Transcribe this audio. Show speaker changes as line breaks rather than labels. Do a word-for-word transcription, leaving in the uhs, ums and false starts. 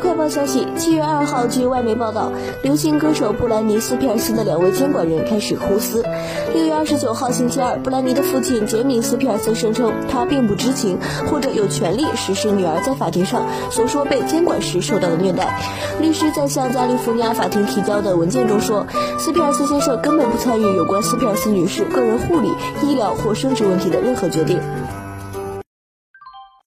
快报消息，七月二号，据外媒报道，流行歌手布兰妮·斯皮尔斯的两位监管人开始互撕。六月二十九号星期二，布兰妮的父亲杰米·斯皮尔斯声称，他并不知情或者有权利实施女儿在法庭上所说被监管时受到的虐待。律师在向加利福尼亚法庭提交的文件中说，斯皮尔斯先生根本不参与有关斯皮尔斯女士个人护理、医疗或生殖问题的任何决定。